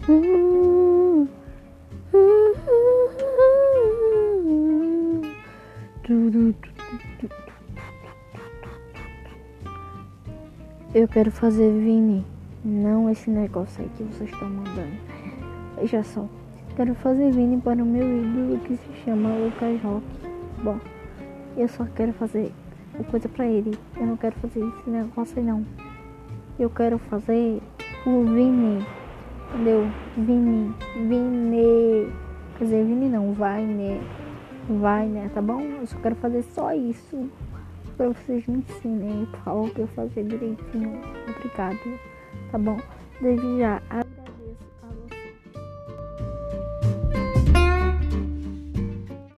Eu quero fazer Vini, não esse negócio aí que vocês estão mandando. Veja só, quero fazer Vini para o meu ídolo que se chama Lucas Rock. Bom, eu só quero fazer coisa pra ele. Eu não quero fazer esse negócio aí não. Eu quero fazer o Vini, entendeu? Vini. Quer dizer, Vini não, vai né, tá bom? Eu só quero fazer só isso. Pra vocês me ensinem, por favor, que eu fazer direitinho. Obrigado, tá bom? Desde já.